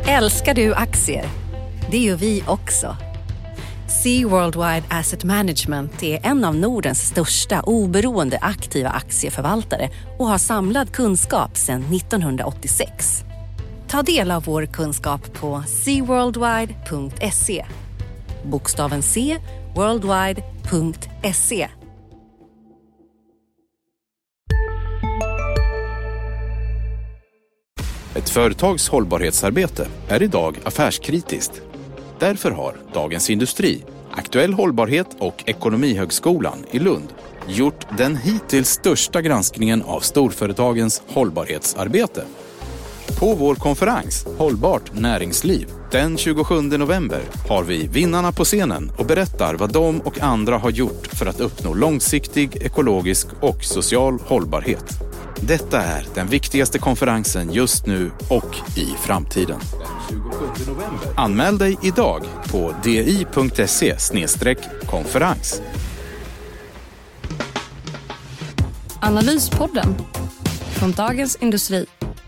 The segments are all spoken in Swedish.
Älskar du aktier? Det gör vi också. Sea Worldwide Asset Management är en av Nordens största oberoende aktiva aktieförvaltare och har samlad kunskap sedan 1986. Ta del av vår kunskap på seaworldwide.se. Bokstaven C, worldwide.se. Ett företags hållbarhetsarbete är idag affärskritiskt. Därför har Dagens Industri, Aktuell hållbarhet och Ekonomihögskolan i Lund gjort den hittills största granskningen av storföretagens hållbarhetsarbete. På vår konferens Hållbart näringsliv den 27 november har vi vinnarna på scenen och berättar vad de och andra har gjort för att uppnå långsiktig, ekologisk och social hållbarhet. Detta är den viktigaste konferensen just nu och i framtiden. Anmäl dig idag på di.se/konferens. Analyspodden från Dagens Industri.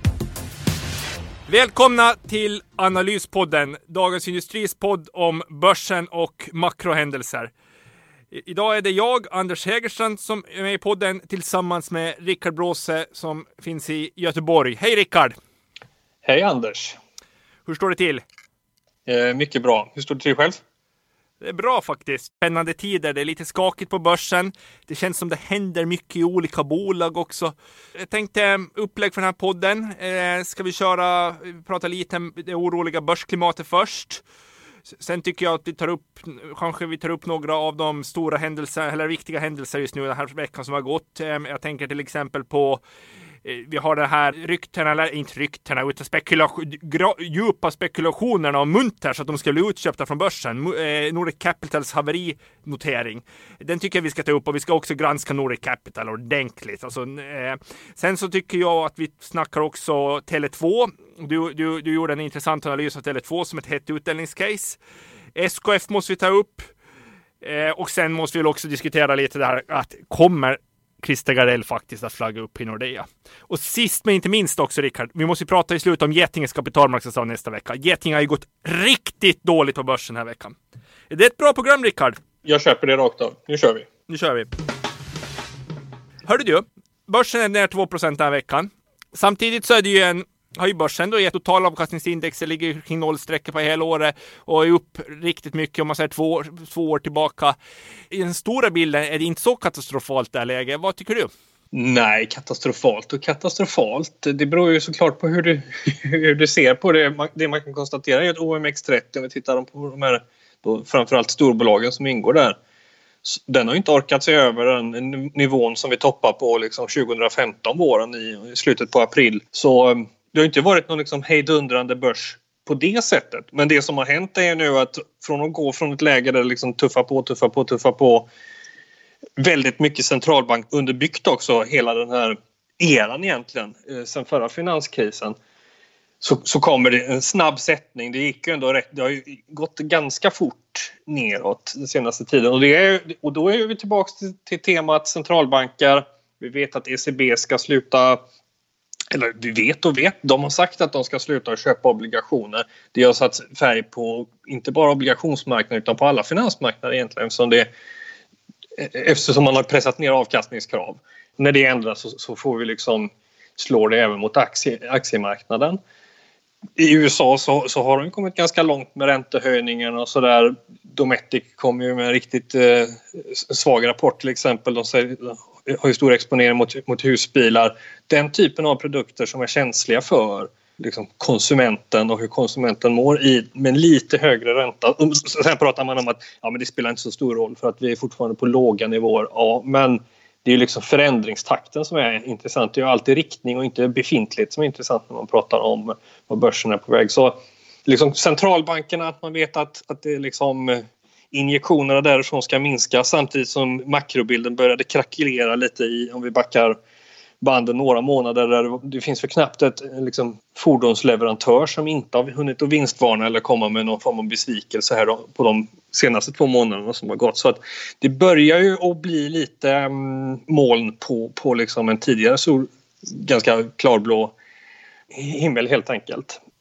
Välkomna till Analyspodden, Dagens Industris podd om börsen och makrohändelser. Idag är det jag, Anders Hägerstrand, som är med i podden tillsammans med Rickard Bråse som finns i Göteborg. Hej Rickard! Hej Anders! Hur står det till? Mycket bra. Hur står det till själv? Det är bra faktiskt. Spännande tider. Det är lite skakigt på börsen. Det känns som det händer mycket i olika bolag också. Jag tänkte upplägg för den här podden. Ska vi prata lite om det oroliga börsklimatet först. Sen tycker jag att vi tar upp några av de stora händelser eller viktiga händelser just nu den här veckan som har gått. Jag tänker till exempel på vi har det här ryktena, eller inte ryktena, utan djupa spekulationerna om Munters så att de ska bli utköpta från börsen. Nordic Capitals haverinotering. Den tycker jag vi ska ta upp och vi ska också granska Nordic Capital ordentligt. Alltså, sen så tycker jag att vi snackar också Tele2. Du gjorde en intressant analys av Tele2 som ett hett utdelningscase. SKF måste vi ta upp. Och sen måste vi också diskutera lite det här att kommer Christer Gardell faktiskt att flagga upp i Nordea. Och sist men inte minst också Rickard, vi måste prata i slutet om Getinges kapitalmarknadsdag nästa vecka. Geting har ju gått riktigt dåligt på börsen den här veckan. Är det ett bra program Rickard? Jag köper det rakt av. Nu kör vi. Hörde du, börsen är ner 2% den här veckan. Samtidigt så är det ju har ju börsen då gett totalavkastningsindex ligger kring nollstrecket på hela året och är upp riktigt mycket om man säger två år tillbaka. I den stora bilden är det inte så katastrofalt det här läget. Vad tycker du? Nej, katastrofalt. Det beror ju såklart på hur du ser på det. Det man kan konstatera är att OMX30, om vi tittar på de här då framförallt storbolagen som ingår där, den har inte orkat sig över den nivån som vi toppar på liksom 2015 våren i slutet på april. Så det har inte varit någon liksom hejdundrande börs på det sättet. Men det som har hänt är nu att från att gå från ett läge där det liksom tuffa på väldigt mycket centralbank underbyggt också hela den här eran egentligen sen förra finanskrisen, så kommer det en snabb sättning. Det gick ju ändå rätt. Det har ju gått ganska fort neråt den senaste tiden. Och då är vi tillbaka till temat centralbanker. Vi vet att ECB ska sluta. Eller vi vet, de har sagt att de ska sluta köpa obligationer. Det har satt färg på inte bara obligationsmarknaden utan på alla finansmarknader egentligen. Eftersom man har pressat ner avkastningskrav. När det ändras så får vi liksom slå det även mot aktiemarknaden. I USA så har de kommit ganska långt med räntehöjningen och sådär. Dometic kom ju med en riktigt svag rapport till exempel. De har ju stor exponering mot husbilar. Den typen av produkter som är känsliga för liksom konsumenten och hur konsumenten mår med en lite högre ränta. Sen pratar man om att men det spelar inte så stor roll för att vi är fortfarande på låga nivåer. Ja, men det är ju liksom förändringstakten som är intressant. Det är ju alltid riktning och inte befintligt som är intressant när man pratar om vad börsen är på väg. Så liksom centralbankerna, att man vet att det är liksom injektionerna därifrån ska minska samtidigt som makrobilden började krackelera lite om vi backar banden några månader där det finns för knappt ett liksom, fordonsleverantör som inte har hunnit att vinstvarna eller komma med någon form av besvikelse här då, på de senaste 2 månaderna som har gått. Så att det börjar ju att bli lite moln på liksom en tidigare ganska klarblå himmel helt enkelt.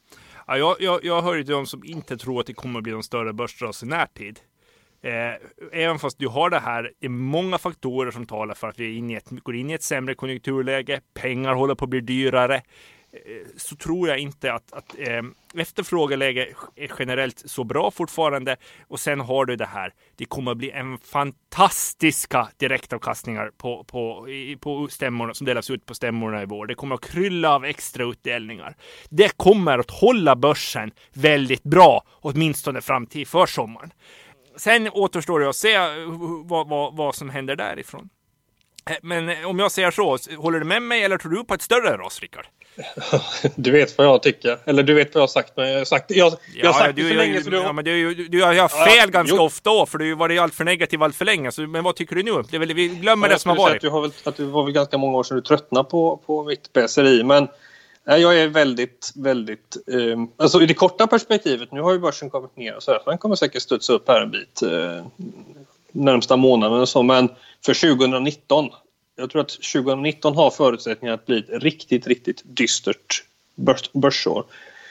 Ja, jag hör ju de som inte tror att det kommer att bli någon större börsras i närtid. Även fast du har det här, det är många faktorer som talar för att vi går in i ett sämre konjunkturläge, pengar håller på att bli dyrare, så tror jag inte att efterfrågeläge är generellt så bra fortfarande. Och sen har du det här, det kommer att bli en fantastiska direktavkastningar på stämmorna som delas ut på stämmorna i vår. Det kommer att krylla av extra utdelningar. Det kommer att hålla börsen väldigt bra, åtminstone fram till försommaren. Sen återstår det att se vad som händer därifrån. Men om jag säger så, håller du med mig eller tror du på ett större ras, Rickard? Du vet vad jag tycker. Eller du vet vad jag har sagt. Men jag har sagt det för länge. Du har fel ganska ofta, för du har varit allt för negativ allt för länge. Men vad tycker du nu? Vi glömmer det som har varit. Att det var väl ganska många år sedan du tröttnade på mitt bäseri. Men jag är väldigt, väldigt... alltså i det korta perspektivet, nu har ju börsen kommit ner. Så den kommer säkert studsa upp här en bit närmsta månaden och så. Men för 2019... Jag tror att 2019 har förutsättningar att bli ett riktigt, riktigt dystert börsår.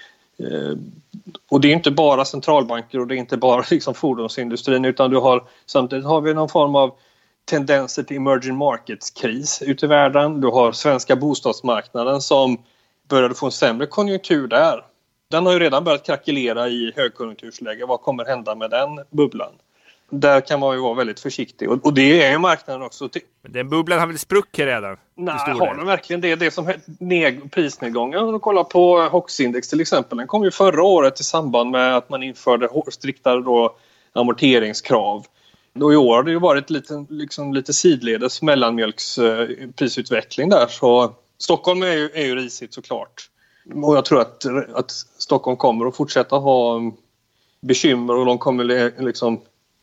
Och det är inte bara centralbanker och det är inte bara liksom fordonsindustrin, utan samtidigt har vi någon form av tendenser till emerging markets-kris ute i världen. Du har svenska bostadsmarknaden som började få en sämre konjunktur där. Den har ju redan börjat krackelera i högkonjunktursläge. Vad kommer hända med den bubblan? Där kan man ju vara väldigt försiktig. Och det är ju marknaden också. Men den bubblan har väl spruckit redan? Nej, har den verkligen det? Det som prisnedgången. Om du kollar på HOX-index till exempel. Den kom ju förra året i samband med att man införde striktare amorteringskrav. Och i år har det ju varit lite sidledes mellanmjölksprisutveckling där. Så Stockholm är ju risigt såklart. Och jag tror att Stockholm kommer att fortsätta ha bekymmer och de kommer liksom...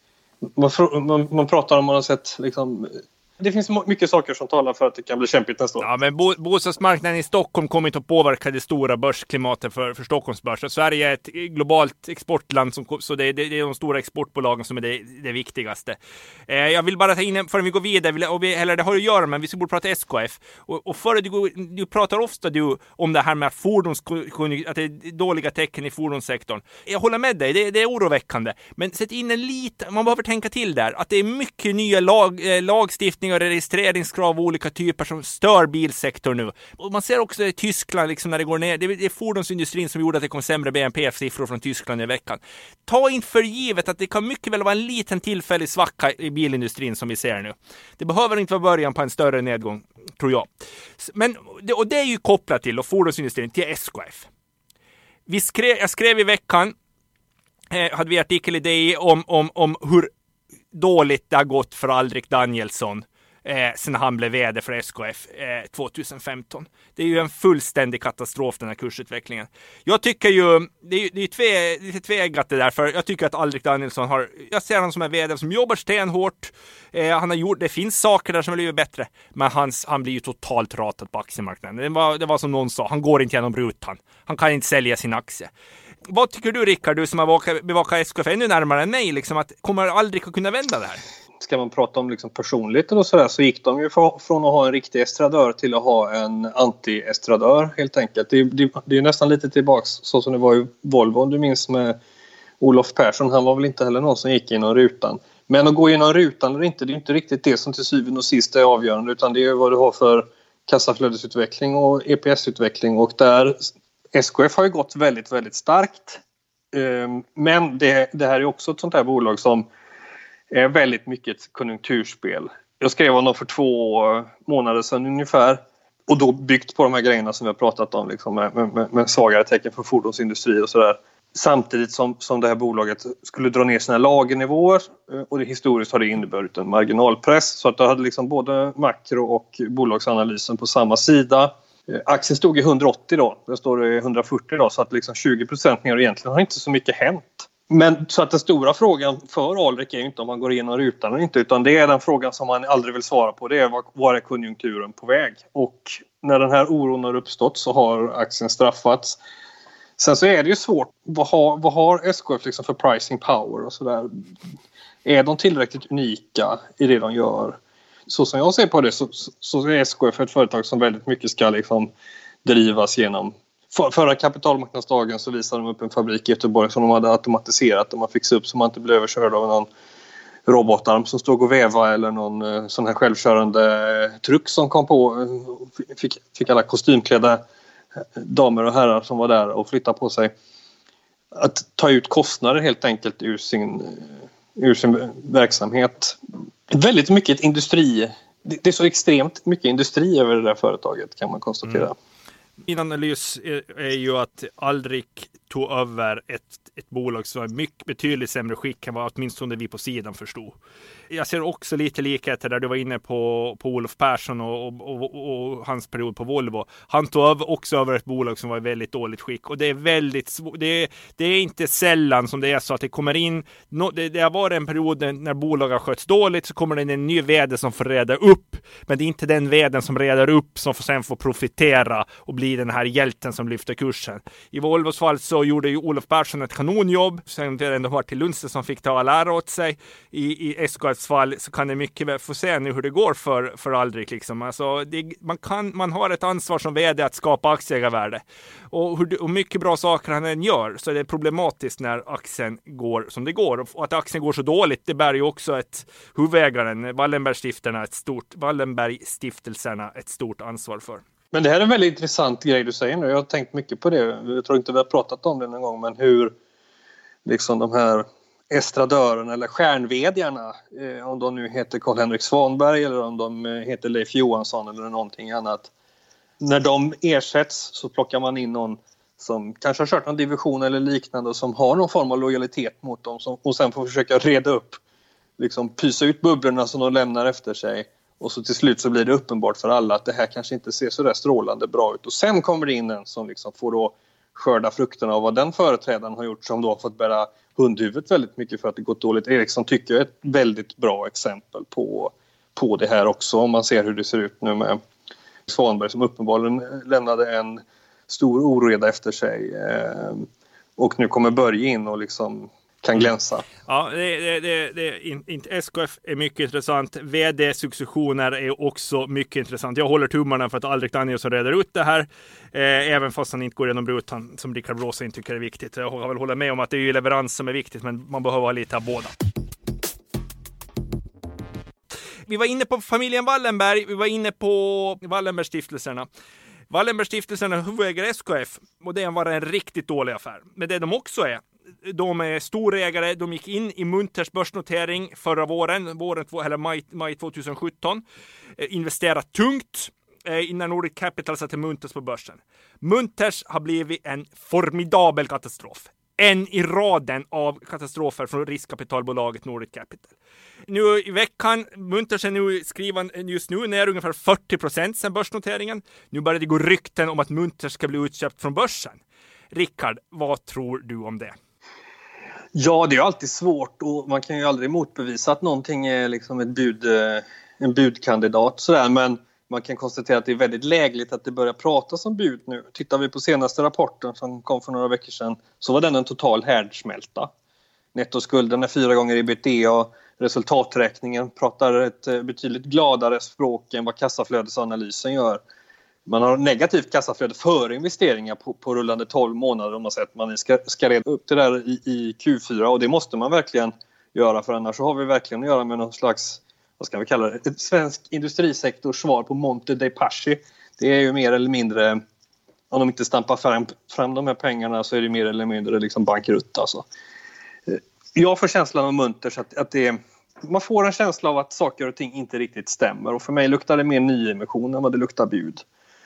Man pratar om man har sett liksom, det finns mycket saker som talar för att det kan bli kämpigt nästa år. Ja, men bostadsmarknaden i Stockholm kommer inte att påverka det stora börsklimatet för Stockholmsbörsen. Sverige är ett globalt exportland, så det är de stora exportbolagen som är det viktigaste. Jag vill bara ta in, förrän vi går vidare, eller det har att göra, men vi ska borde prata SKF. Och före du pratar ofta om det här med att det är dåliga tecken i fordonssektorn. Jag håller med dig, det är oroväckande. Men sätt in man behöver tänka till där, att det är mycket nya lagstiftning och registreringskrav av olika typer som stör bilsektorn nu. Och man ser också i Tyskland liksom när det går ner. Det är fordonsindustrin som gjorde att det kom sämre BNP-siffror från Tyskland i veckan. Ta in för givet att det kan mycket väl vara en liten tillfällig svacka i bilindustrin som vi ser nu. Det behöver inte vara början på en större nedgång, tror jag. Men, och det är ju kopplat till fordonsindustrin, till SKF. Jag skrev i veckan, hade vi artikel i DI om hur dåligt det har gått för Alrik Danielsson sen han blev vd för SKF 2015. Det är ju en fullständig katastrof, den här kursutvecklingen. Jag tycker ju, det är lite tveeggat det där, för jag tycker att Alrik Danielsson jag ser honom som en vd som jobbar stenhårt. Det finns saker där som blir bättre, men han blir ju totalt ratad på aktiemarknaden. Det var som någon sa, han går inte genom rutan. Han kan inte sälja sin aktie. Vad tycker du, Rickard, du som har bevakat SKF ännu närmare än mig, liksom, att kommer aldrig att kunna vända det här? Ska man prata om liksom personligt och sådär, så gick de ju från att ha en riktig estradör till att ha en anti-estradör helt enkelt. Det är nästan lite tillbaks så som det var i Volvo, om du minns med Olof Persson. Han var väl inte heller någon som gick genom rutan. Men att gå genom rutan eller inte, det är inte riktigt det som till syvende och sist är avgörande, utan det är vad du har för kassaflödesutveckling och EPS-utveckling, och där SKF har ju gått väldigt, väldigt starkt. Men det här är också ett sånt här bolag som är väldigt mycket ett konjunkturspel. Jag skrev om dem för 2 månader sedan ungefär. Och då byggt på de här grejerna som vi har pratat om. Liksom med svagare tecken för fordonsindustri och sådär. Samtidigt som det här bolaget skulle dra ner sina lagernivåer. Och historiskt har det inneburit en marginalpress. Så att det hade liksom både makro- och bolagsanalysen på samma sida. Aktien stod i 180 då. Det står i 140 då. Så att liksom 20% ner, och egentligen har inte så mycket hänt. Men så att den stora frågan för Alrik är ju inte om man går igenom rutan eller inte, utan det är den frågan som man aldrig vill svara på. Det är var är konjunkturen på väg? Och när den här oron har uppstått så har aktien straffats. Sen så är det ju svårt. Vad har SKF liksom för pricing power och sådär? Är de tillräckligt unika i det de gör? Så som jag ser på det så är SKF ett företag som väldigt mycket ska liksom drivas genom Förra kapitalmarknadsdagen så visade de upp en fabrik i Göteborg som de hade automatiserat och man fixade upp så man inte blev överkörd av någon robotarm som stod och veva eller någon sån här självkörande truck som kom på. Fick alla kostymklädda damer och herrar som var där och flytta på sig. Att ta ut kostnader helt enkelt ur sin verksamhet. Väldigt mycket industri. Det är så extremt mycket industri över det där företaget kan man konstatera. Min analys är ju att Alrik tog över ett bolag som var mycket betydligt sämre skick än vad åtminstone vi på sidan förstod. Jag ser också lite likheter där du var inne på Olof Persson och hans period på Volvo. Han tog också över ett bolag som var i väldigt dåligt skick. Och det är väldigt det är inte sällan som det är så att det kommer in det har varit en period när bolag har skötts dåligt så kommer det en ny vd som får reda upp. Men det är inte den vdn som reder upp som sen får profitera och bli den här hjälten som lyfter kursen. I Volvos fall så gjorde ju Olof Persson ett kanonjobb. Sen det ändå var till Lundstedt som fick ta all ära åt sig. I SKFs fall så kan det mycket väl få se nu hur det går för Alrik liksom. Alltså man har ett ansvar som vd att skapa aktieägarvärde. Och mycket bra saker han än gör så är det problematiskt när aktien går som det går. Och att aktien går så dåligt det bär ju också huvudägaren Wallenbergstiftelserna ett stort ansvar för. Men det här är en väldigt intressant grej du säger nu. Jag har tänkt mycket på det. Jag tror inte vi har pratat om det någon gång. Men hur liksom de här estradörerna eller stjärnvedjarna, om de nu heter Carl-Henrik Svanberg eller om de heter Leif Johansson eller någonting annat. När de ersätts så plockar man in någon som kanske har kört någon division eller liknande och som har någon form av lojalitet mot dem och sen får försöka reda upp, liksom pysa ut bubblorna som de lämnar efter sig. Och så till slut så blir det uppenbart för alla att det här kanske inte ser så där strålande bra ut. Och sen kommer det in en som liksom får då skörda frukterna av vad den företrädaren har gjort som då har fått bära hundhuvudet väldigt mycket för att det gått dåligt. Ericsson tycker jag är ett väldigt bra exempel på det här också. Om man ser hur det ser ut nu med Svanberg som uppenbarligen lämnade en stor oreda efter sig. Och nu kommer Börje in och liksom kan glänsa. Ja, SKF är mycket intressant. VD-successioner är också mycket intressant. Jag håller tummarna för att Alrik Danielsson reder ut det här. Även fast han inte går igenom rutan som Rickard Råsen tycker är viktigt. Jag har väl hållit med om att det är ju leverans som är viktigt, men man behöver ha lite av båda. Vi var inne på familjen Wallenberg. Vi var inne på Wallenbergstiftelserna. Wallenbergstiftelserna är huvudägare SKF och det var en riktigt dålig affär. Men det de också är, de är storägare, de gick in i Munters börsnotering förra maj 2017, investerat tungt innan Nordic Capital satte Munters på börsen. Munters har blivit en formidabel katastrof. En i raden av katastrofer från riskkapitalbolaget Nordic Capital. Nu i veckan, Munters är nu skriven just nu ner ungefär 40% sedan börsnoteringen. Nu börjar det gå rykten om att Munters ska bli utköpt från börsen. Rickard, vad tror du om det? Ja, det är alltid svårt och man kan ju aldrig motbevisa att någonting är liksom en budkandidat sådär, men man kan konstatera att det är väldigt lägligt att det börjar pratas om bud nu. Tittar vi på senaste rapporten som kom för några veckor sedan så var den en total härdsmälta. Nettoskulden är 4 gånger ebitda och resultaträkningen pratar ett betydligt gladare språk än vad kassaflödesanalysen gör. Man har negativt kassaflöde före investeringar på rullande 12 månader om man säger att man ska reda upp det där i Q4 och det måste man verkligen göra för annars så har vi verkligen att göra med någon slags, vad ska vi kalla det, ett svensk industrisektors svar på Monte dei Paschi. Det är ju mer eller mindre, om de inte stampar fram de här pengarna så är det mer eller mindre liksom bankrutt alltså. Jag får känslan av Munters att man får en känsla av att saker och ting inte riktigt stämmer och för mig luktar det mer nyemission än vad det luktar bud.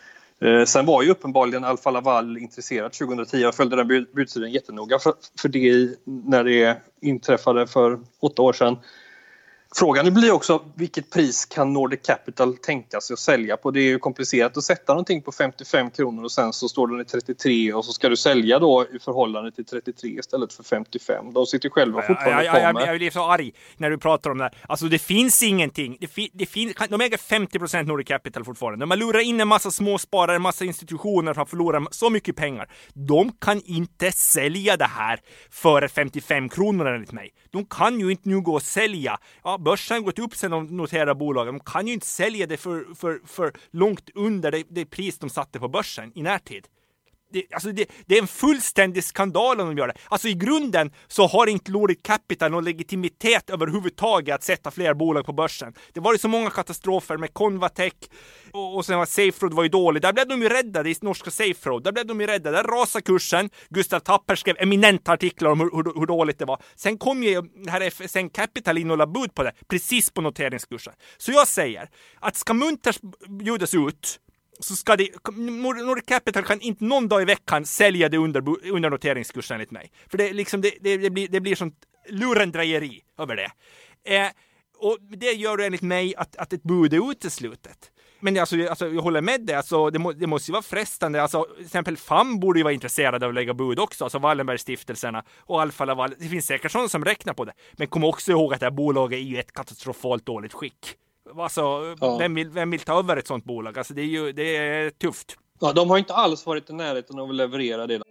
Sen var ju uppenbarligen Alfa Laval intresserad 2010. Jag följde den budsidan jättenoga för det när det inträffade för 8 år sedan. Frågan blir också vilket pris kan Nordic Capital tänka sig att sälja på. Det är ju komplicerat att sätta någonting på 55 kronor och sen så står den i 33 och så ska du sälja då i förhållande till 33 istället för 55. De sitter själva fortfarande kvar med. Jag blir så arg när du pratar om det här. Alltså det finns ingenting. De äger 50% Nordic Capital fortfarande. De har lurat in en massa småsparare, en massa institutioner som förlorar så mycket pengar. De kan inte sälja det här för 55 kronor enligt mig. De kan ju inte nu gå och sälja. Ja, börsen har gått upp sen de noterade bolagen. De kan ju inte sälja det för långt under det pris de satte på börsen i närtid. Det är en fullständig skandal om de gör det. Alltså i grunden så har inte Nordic Capital någon legitimitet överhuvudtaget att sätta fler bolag på börsen. Det var ju så många katastrofer med Convatec och sen var SafeRoad var ju dålig. Där blev de ju räddade i norska SafeRoad. Där rasade kursen. Gustav Tapper skrev eminenta artiklar om hur dåligt det var. Sen kom ju här FSN Capital in och la bud på det. Precis på noteringskursen. Så jag säger att ska Munters bjudas ut så ska Nordic Capital kan inte någon dag i veckan sälja det under noteringskursen enligt mig. För det, liksom, det blir sånt lurendrejeri över det. Och det gör det enligt mig att ett bud är uteslutet. Men alltså, jag håller med det. Alltså, det måste ju vara frestande. Alltså, till exempel FAM borde ju vara intresserade av att lägga bud också. Alltså Wallenbergstiftelserna och Alfa Laval. Det finns säkert sådana som räknar på det. Men kom också ihåg att det här bolaget är ju ett katastrofalt dåligt skick. Alltså, vem vill ta över ett sånt bolag? Alltså, det är tufft. Ja, de har inte alls varit i närheten av att leverera det.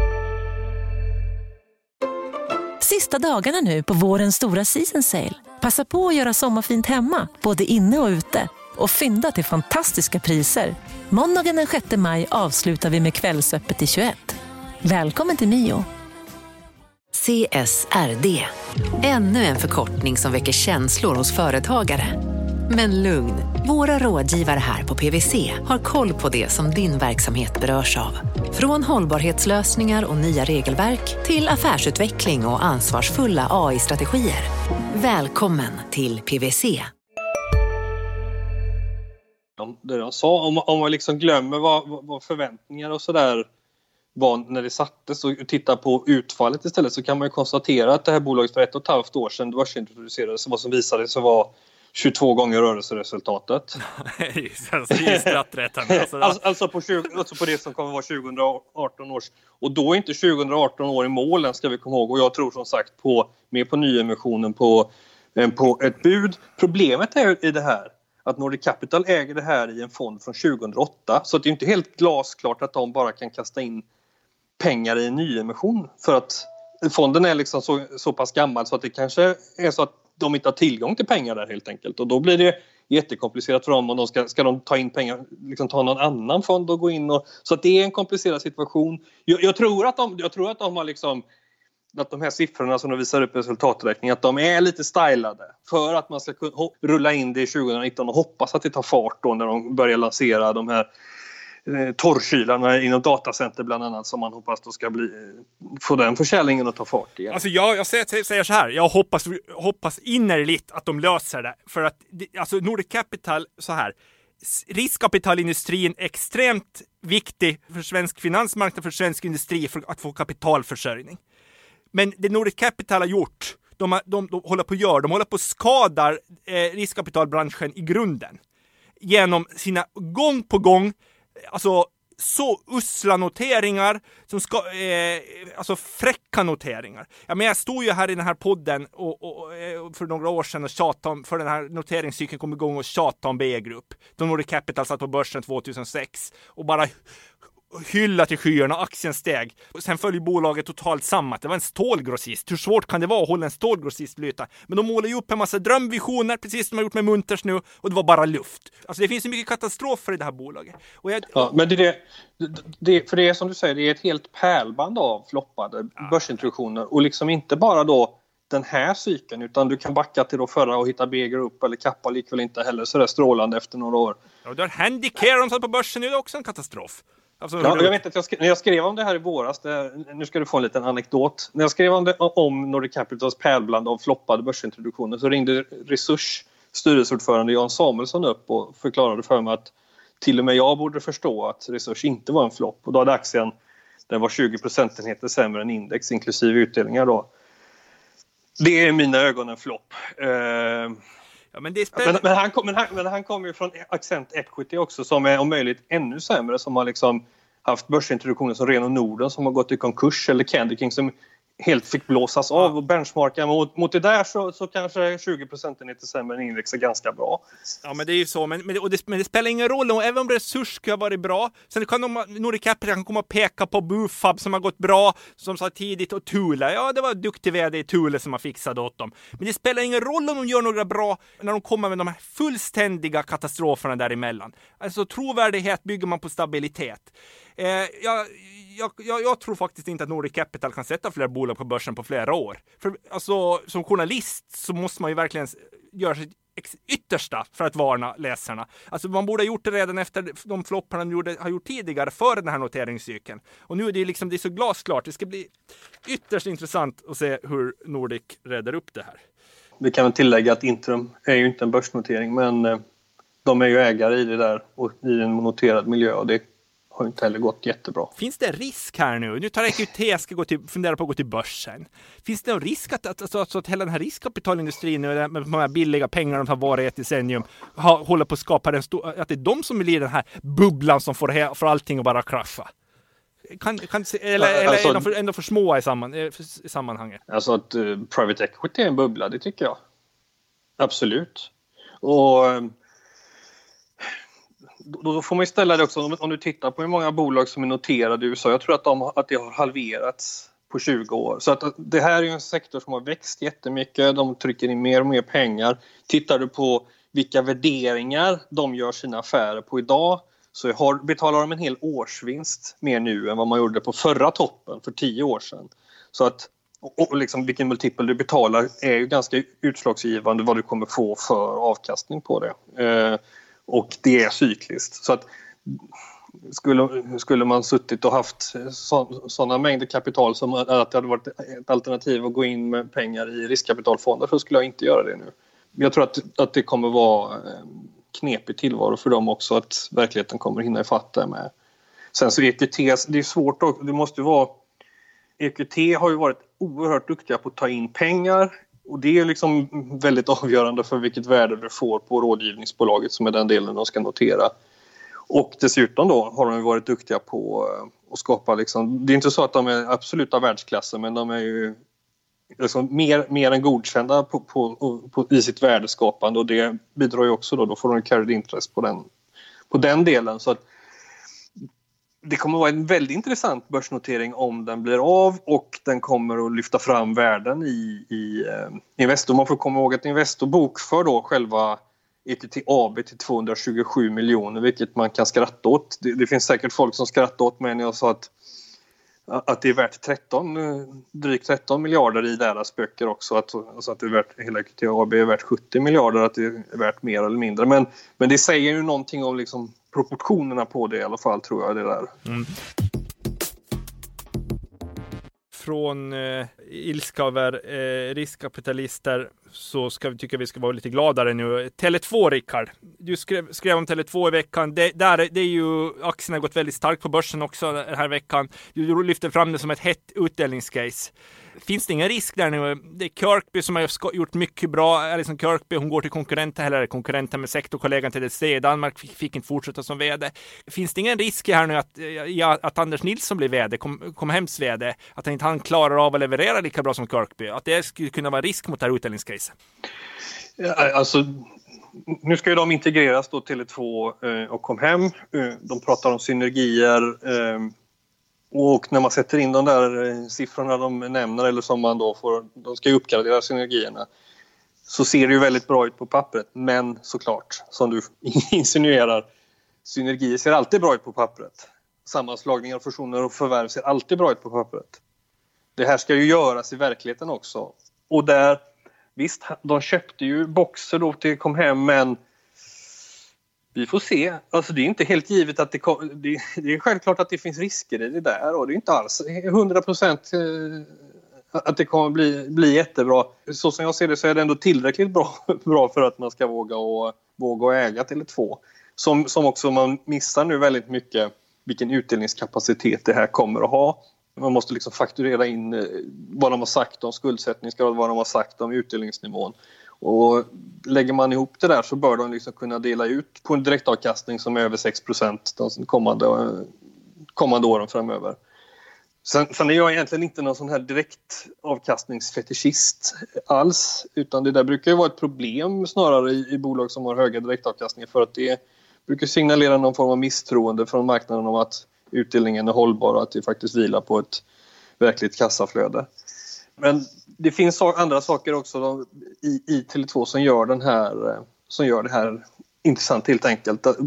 Sista dagarna nu på vårens stora season sale. Passa på att göra sommarfint hemma, både inne och ute. Och fynda till fantastiska priser. Måndagen den 6 maj avslutar vi med Kvällsöppet i 21. Välkommen till Mio. CSRD. Ännu en förkortning som väcker känslor hos företagare. Men lugn, våra rådgivare här på PwC har koll på det som din verksamhet berörs av. Från hållbarhetslösningar och nya regelverk till affärsutveckling och ansvarsfulla AI-strategier. Välkommen till PwC. Det de sa, om man liksom glömmer vad förväntningar och sådär var när det sattes och tittar på utfallet istället, så kan man ju konstatera att det här bolaget för 1,5 år sedan börsintroducerades, vad som visade sig var 22 gånger rörelseresultatet. alltså på det som kommer vara 2018 års. Och då är inte 2018 år i målen, ska vi komma ihåg. Och jag tror som sagt med på nyemissionen på ett bud. Problemet är i det här att Nordic Capital äger det här i en fond från 2008. Så det är inte helt glasklart att de bara kan kasta in pengar i en nyemission. För att fonden är liksom så pass gammal så att det kanske är så att de inte har tillgång till pengar där helt enkelt. Och då blir det jättekomplicerat för dem om de ska de ta in pengar, liksom ta någon annan fond och gå in. Så att det är en komplicerad situation. Jag tror att de har liksom, att de här siffrorna som de visar upp i resultaträkningen, att de är lite stylade för att man ska kunna rulla in det i 2019 och hoppas att det tar fart då när de börjar lansera de här torrkylarna inom datacenter bland annat, som man hoppas då ska få den försäljningen att ta fart igen. Alltså jag säger så här, jag hoppas innerligt att de löser det, för att alltså Nordic Capital så här, riskkapitalindustrin är extremt viktig för svensk finansmarknad, för svensk industri, för att få kapitalförsörjning. Men det Nordic Capital har gjort, de håller på att skada riskkapitalbranschen i grunden genom sina gång på gång alltså så usla noteringar som alltså fräcka noteringar. Ja, men jag stod ju här i den här podden och för några år sedan och tjatade om, för den här noteringscykeln kom igång, och tjatade om B-grupp. De Nordic Capital satt på börsen 2006 och bara hylla till skyarna, aktien steg. Och sen följer bolaget totalt samman. Det var en stålgrossist. Hur svårt kan det vara att hålla en stålgrossist flyta? Men de målar ju upp en massa drömvisioner, precis som de har gjort med Munters nu, och det var bara luft. Alltså det finns så mycket katastrofer i det här bolaget. Ja, men för det är som du säger, det är ett helt pärlband av floppade börsintroduktioner, och liksom inte bara då den här cykeln, utan du kan backa till då förra och hitta B-grupp eller Kappa likväl inte heller så där strålande efter några år. Ja, du har Handicare som satt på börsen, nu är det också en katastrof. Alltså, jag vet att när jag skrev om det här i våras, nu ska du få en liten anekdot. När jag skrev om Nordic Capitals pärlbland av floppade börsintroduktioner, så ringde Resurs styrelseordförande Jan Samuelsson upp och förklarade för mig att till och med jag borde förstå att Resurs inte var en flopp. Och då hade aktien, den var 20 procentenheter sämre än index inklusive utdelningar då. Det är i mina ögon en flopp. Ja, men han kommer ju från Accent Equity också, som är om möjligt ännu sämre, som har liksom haft börsintroduktioner som Ren och Norden som har gått i konkurs, eller Candy King som helt fick blåsas av och benchmarka mot det där, så kanske 20% är inte sämre än index är ganska bra. Ja, men det är ju så, men det spelar ingen roll, och även om Resurs ska vara bra, sen kan Nordic Capital kan komma och peka på Bufab som har gått bra, som sa tidigt, och Thule, ja det var duktig vd i Thule som har fixat åt dem, men det spelar ingen roll om de gör några bra när de kommer med de här fullständiga katastroferna däremellan. Alltså trovärdighet bygger man på stabilitet. jag tror faktiskt inte att Nordic Capital kan sätta fler bolag på börsen på flera år. För alltså, som journalist så måste man ju verkligen göra sitt yttersta för att varna läsarna. Alltså man borde ha gjort det redan efter de flopparna de har gjort tidigare före den här noteringscykeln. Och nu är det liksom, det är så glasklart. Det ska bli ytterst intressant att se hur Nordic räddar upp det här. Vi kan väl tillägga att Intrum är ju inte en börsnotering, men de är ju ägare i det där och i en noterad miljö, och det har inte heller gått jättebra. Finns det en risk här nu? Nu tar EQT ska fundera på att gå till börsen. Finns det en risk att hela den här riskkapitalindustrin med de här billiga pengarna de har varit i ett decennium håller på att skapa att det är de som blir den här bubblan som får allting att bara krascha? Eller alltså, är de ändå för små i sammanhanget? Alltså att private equity är en bubbla, det tycker jag. Absolut. Och då får man ju ställa det också, om du tittar på hur många bolag som är noterade i USA. Jag tror att det har halverats på 20 år. Så att det här är ju en sektor som har växt jättemycket. De trycker in mer och mer pengar. Tittar du på vilka värderingar de gör sina affärer på idag, så betalar de en hel årsvinst mer nu än vad man gjorde på förra toppen för 10 år sedan. Så att och liksom vilken multipel du betalar är ju ganska utslagsgivande vad du kommer få för avkastning på det. Och det är cykliskt. Så att skulle man suttit och haft sådana mängder kapital som att det hade varit ett alternativ att gå in med pengar i riskkapitalfonder, så skulle jag inte göra det nu. Jag tror att det kommer vara knepig tillvaro för dem också, att verkligheten kommer hinna ifatt där med. Sen så EQT, det är svårt också, det måste ju vara, EQT har ju varit oerhört duktiga på att ta in pengar, och det är liksom väldigt avgörande för vilket värde du får på rådgivningsbolaget som är den delen de ska notera. Och dessutom då har de varit duktiga på att skapa liksom, det är inte så att de är absoluta världsklassen, men de är ju liksom mer än godkända i sitt värdeskapande, och det bidrar ju också då får de carried interest på den delen. Så att det kommer att vara en väldigt intressant börsnotering om den blir av, och den kommer att lyfta fram värden i Investor. Man får komma ihåg att Investor bokför då själva EQT AB till 227 miljoner, vilket man kan skratta åt. Det finns säkert folk som skrattar åt mig när jag sa att det är värt drygt 13 miljarder i deras böcker också. Alltså att det är värt, hela EQT AB är värt 70 miljarder, att det är värt mer eller mindre. Men det säger ju någonting om liksom proportionerna på det i alla fall, tror jag, det där. Mm. Från ilska över riskkapitalister så tycker vi ska vara lite gladare nu. Tele2, Rickard. Du skrev om Tele2 i veckan. Det är ju, aktien har gått väldigt starkt på börsen också den här veckan. Du lyfter fram det som ett hett utdelningscase. Finns det ingen risk där nu? Det är Kirkby som har gjort mycket bra. Alison Kirkby, hon går till konkurrenter med sektorkollegan TDC i Danmark, fick inte fortsätta som vd. Finns det ingen risk här nu att Anders Nilsson blir vd, kom hems vd, att han klarar av att leverera lika bra som Kirkby? Att det skulle kunna vara risk mot det här utdelningscase? Ja, alltså, nu ska ju de integreras då till Tele2 och kom hem. De pratar om synergier. Och när man sätter in de där siffrorna de nämner, eller som man då får, de ska ju uppgradera synergierna, så ser det ju väldigt bra ut på pappret. Men såklart, som du insinuerar, synergier ser alltid bra ut på pappret. Sammanslagningar, fusioner och förvärv ser alltid bra ut på pappret. Det här ska ju göras i verkligheten också. Och där, visst, de köpte ju Boxer då till kom hem, men vi får se. Alltså det är inte helt givet att det är självklart att det finns risker i det där, och det är inte alls 100% att det kommer bli jättebra. Så som jag ser det så är det ändå tillräckligt bra för att man ska våga äga Tele2. Som också man missar nu väldigt mycket vilken utdelningskapacitet det här kommer att ha. Man måste liksom fakturera in vad de har sagt om skuldsättningsgrad, vad de har sagt om utdelningsnivån. Och lägger man ihop det där så bör de liksom kunna dela ut på en direktavkastning som är över 6% de kommande åren framöver. Sen är jag egentligen inte någon sån här direktavkastningsfetischist alls, utan det där brukar ju vara ett problem snarare i bolag som har höga direktavkastningar, för att det brukar signalera någon form av misstroende från marknaden om att utdelningen är hållbar och att det faktiskt vilar på ett verkligt kassaflöde. Men det finns andra saker också i Tele2 som gör det här intressant helt enkelt.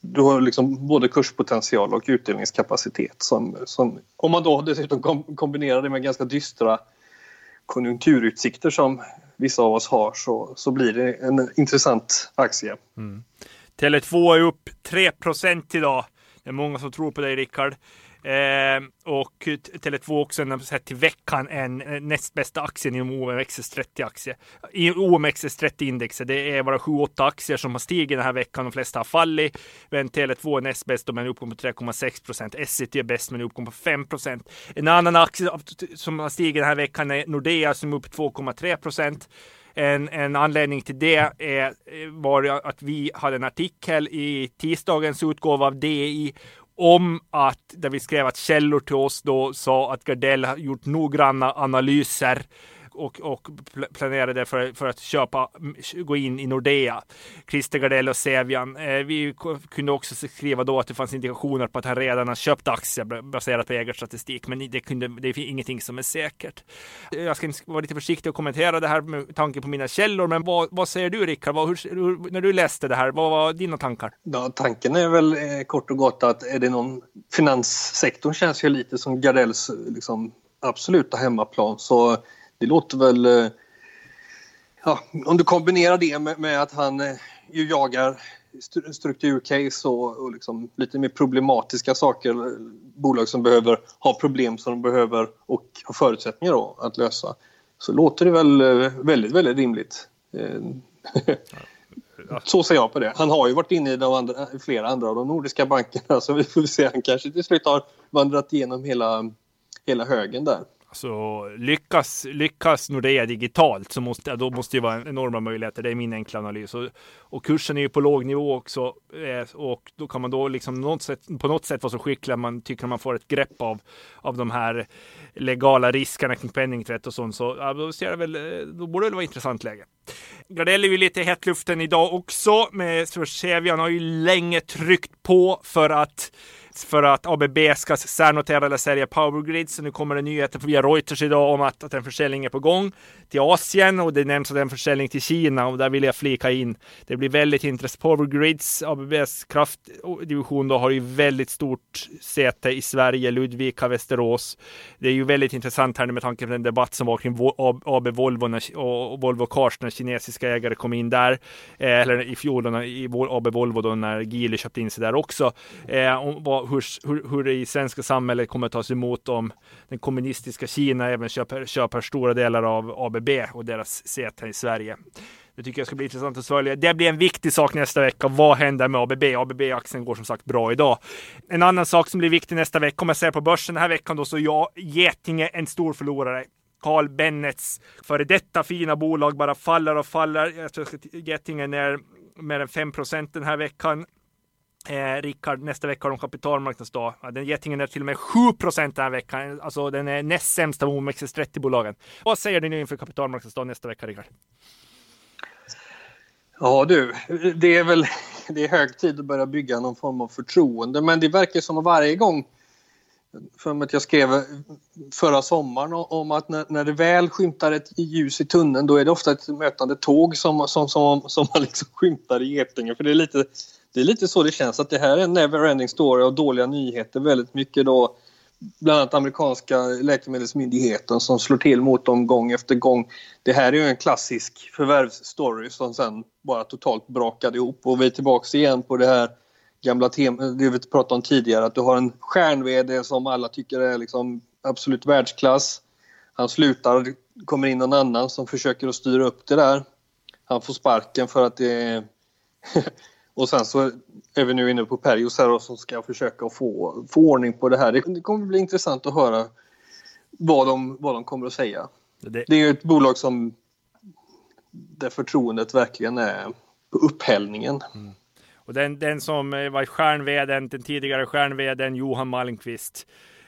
du har liksom både kurspotential och utdelningskapacitet som om man då dessutom kombinerar det med ganska dystra konjunkturutsikter som vissa av oss har, så blir det en intressant aktie. Tele2 är upp 3% idag. Det är många som tror på dig, Rickard. Och Tele2 också sett till veckan en näst bästa aktien inom OMXS30-aktie. I OMXS30-indexet, det är bara 7-8 aktier som har stigit den här veckan. De flesta har fallit. Men Tele2 är näst bäst, men uppgång på 3,6%. Essity är bäst, men uppgång på 5%. En annan aktie som har stigit den här veckan är Nordea som är upp 2,3%. En anledning till det var att vi hade en artikel i tisdagens utgåva av DI om att, där vi skrev att källor till oss då sa att Gardell har gjort noggranna analyser och planerade för att gå in i Nordea. Christer Gardell och Sevian. Vi kunde också skriva då att det fanns indikationer på att han redan har köpt aktier baserat på ägarstatistik, men det är ingenting som är säkert. Jag ska vara lite försiktig och kommentera det här med tanke på mina källor, men vad säger du, Rickard? När du läste det här, vad var dina tankar? Ja, tanken är väl kort och gott att är det någon finanssektorn känns ju lite som Gardells liksom absoluta hemmaplan, så det låter väl, om du kombinerar det med att han ju jagar strukturcase och liksom lite mer problematiska saker, bolag som behöver ha problem som de behöver och ha förutsättningar då att lösa, så låter det väl väldigt, väldigt rimligt. Så ser jag på det. Han har ju varit inne i flera andra av de nordiska bankerna, så vi får se, han kanske till slut har vandrat igenom hela högen där. Så lyckas Nordea digitalt så måste det vara enorma möjligheter. Det är min enkla analys. Och kursen är ju på låg nivå också. Och då kan man då liksom på något sätt vara så skicklig man tycker man får ett grepp av de här legala riskerna kring penningtvätt och sånt. Så då borde det vara ett intressant läge. Gardell är ju lite i hetluften idag också. Sevian har ju länge tryckt på för att ABB ska särnotera eller sälja Powergrid. Så nu kommer det nyheter via Reuters idag om att en försäljning är på gång till Asien, och det nämns att en försäljning till Kina, och där vill jag flika in. Det blir väldigt intressant. Powergrids, ABBs kraftdivision då, har ju väldigt stort säte i Sverige, Ludvika, Västerås. Det är ju väldigt intressant här med tanke på den debatt som var kring AB Volvo och Volvo Cars när kinesiska ägare kom in där, eller i fjol i AB Volvo då, när Geely köpte in sig där också. Hur det i svenska samhället kommer att tas emot om den kommunistiska Kina även köper stora delar av ABB och deras säte i Sverige. Det tycker jag ska bli intressant att följa. Det blir en viktig sak nästa vecka. Vad händer med ABB? ABB-aktien går som sagt bra idag. En annan sak som blir viktig nästa vecka, om jag ser på börsen den här veckan då, så Getinge en stor förlorare. Carl Bennets före detta fina bolag bara faller och faller. Jag tror att Getinge är ner mer än 5% den här veckan. Rickard, nästa vecka har de kapitalmarknadsdag. Den Getingen är till och med 7% den här veckan. Alltså den är näst sämsta av OMXS30-bolagen. Vad säger du nu inför kapitalmarknadsdag nästa vecka, Rickard? Ja du, det är hög tid att börja bygga någon form av förtroende. Men det verkar som att varje gång, för att jag skrev förra sommaren om att när det väl skymtar ett ljus i tunneln, då är det ofta ett mötande tåg som man liksom skymtar i Getinge. För det är lite så det känns, att det här är en never-ending story av dåliga nyheter. Väldigt mycket då, bland annat amerikanska läkemedelsmyndigheten som slår till mot dem gång efter gång. Det här är ju en klassisk förvärvsstory som sen bara totalt brakade ihop. Och vi är tillbaka igen på det här gamla temat, det vi pratade om tidigare, att du har en stjärn-vd som alla tycker är liksom absolut världsklass. Han slutar, kommer in någon annan som försöker att styra upp det där. Han får sparken för att det är... Och sen så är vi nu inne på Perios här och som ska försöka få ordning på det här. Det kommer bli intressant att höra vad de kommer att säga. Det är ju ett bolag där förtroendet verkligen är på upphällningen. Mm. Och den som var den tidigare stjärnveden Johan Malmqvist,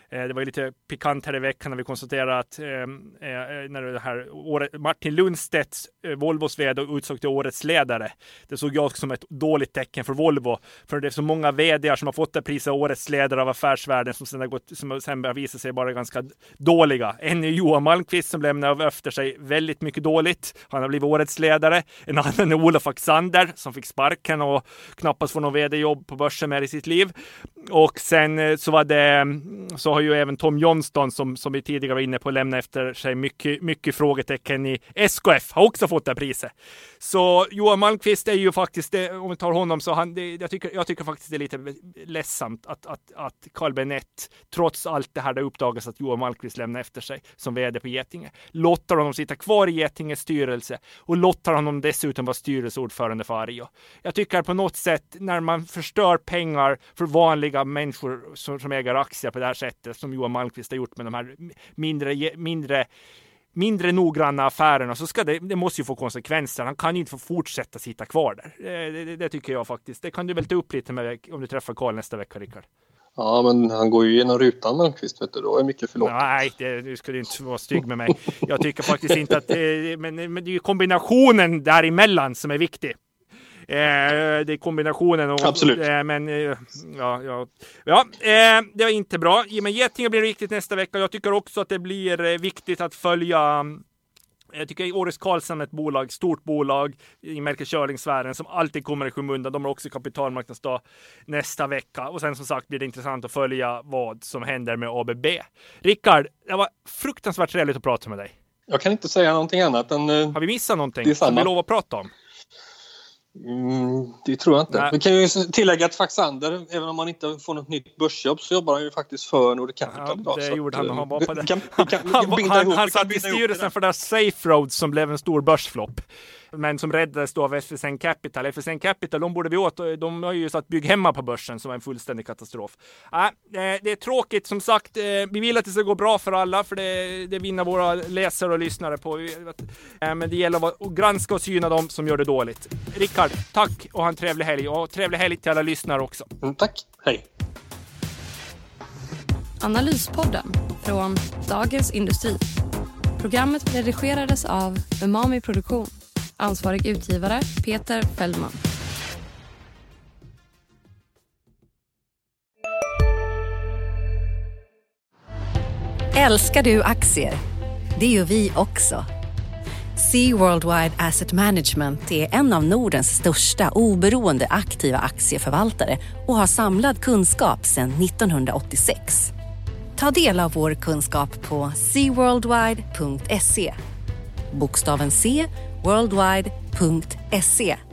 Det var ju lite pikant här i veckan när vi konstaterade att när det här Martin Lundstedt, Volvos vd, utsåg till årets ledare. Det såg jag som ett dåligt tecken för Volvo. För det är så många vd:ar som har fått det priset årets ledare av affärsvärlden som sen har visat sig bara ganska dåliga. En är Johan Malmqvist som lämnar efter sig väldigt mycket dåligt. Han har blivit årets ledare. En annan är Olof Axander som fick sparken och knappast får någon vd-jobb på börsen mer i sitt liv. Och sen så har ju även Tom Johnston som vi tidigare var inne på lämna efter sig mycket frågetecken i SKF har också fått det priset. Så Johan Malmqvist är ju faktiskt, om vi tar honom så jag tycker faktiskt det är lite ledsamt att Carl Bennet trots allt det här det uppdagas att Johan Malmqvist lämnar efter sig som vd på Getinge. Låter honom sitta kvar i Getinges styrelse och låter honom dessutom vara styrelseordförande för Arjo. Jag tycker på något sätt när man förstör pengar för vanliga människor som äger aktier på det här sättet som Johan Malmqvist har gjort med de här mindre noggranna affärerna så det måste ju få konsekvenser. Han kan ju inte få fortsätta sitta kvar där. Det tycker jag faktiskt. Det kan du väl ta upp lite med om du träffar Carl nästa vecka, Rickard. Ja, men han går ju genom rutan Malmqvist, vet du. Då är mycket förlåt. Nej, du skulle inte vara stygg med mig. Jag tycker faktiskt inte att men det är ju kombinationen däremellan som är viktig. Det är kombinationen och, absolut. Men det är inte bra. Men Getinge blir viktigt nästa vecka. Jag tycker också att det blir viktigt att följa. Jag tycker Åres Karlsson är ett stort bolag i märkeskörningssfären som alltid kommer i skymundan. De har också kapitalmarknadsdag nästa vecka. Och sen som sagt blir det intressant att följa vad som händer med ABB. Rickard, det var fruktansvärt trevligt att prata med dig. Jag kan inte säga någonting annat än... Har vi missat någonting som vi lovar att prata om? Det tror jag inte. Nej. Vi kan ju tillägga att Faxander, även om han inte får något nytt börsjobb så jobbar han ju faktiskt för Nordic Capital. Ja, det gjorde han. Han var på det. Han satt i styrelsen för det Safe Roads som blev en stor börsflopp. Men som räddades då av FSN Capital. FSN Capital, de borde vi åt. De har ju satt Bygg Hemma på börsen som var en fullständig katastrof. Det är tråkigt som sagt. Vi vill att det ska gå bra för alla. För det vinner våra läsare och lyssnare på. Men det gäller att granska och syna dem som gör det dåligt. Rickard, tack och ha en trevlig helg. Och trevlig helg till alla lyssnare också. Tack, hej. Analyspodden från Dagens Industri. Programmet redigerades av Umami Produktion. Ansvarig utgivare Peter Fällman. Älskar du aktier? Det gör vi också. Sea Worldwide Asset Management är en av Nordens största oberoende aktiva aktieförvaltare och har samlad kunskap sedan 1986. Ta del av vår kunskap på seaworldwide.se. Bokstaven C, worldwide.se.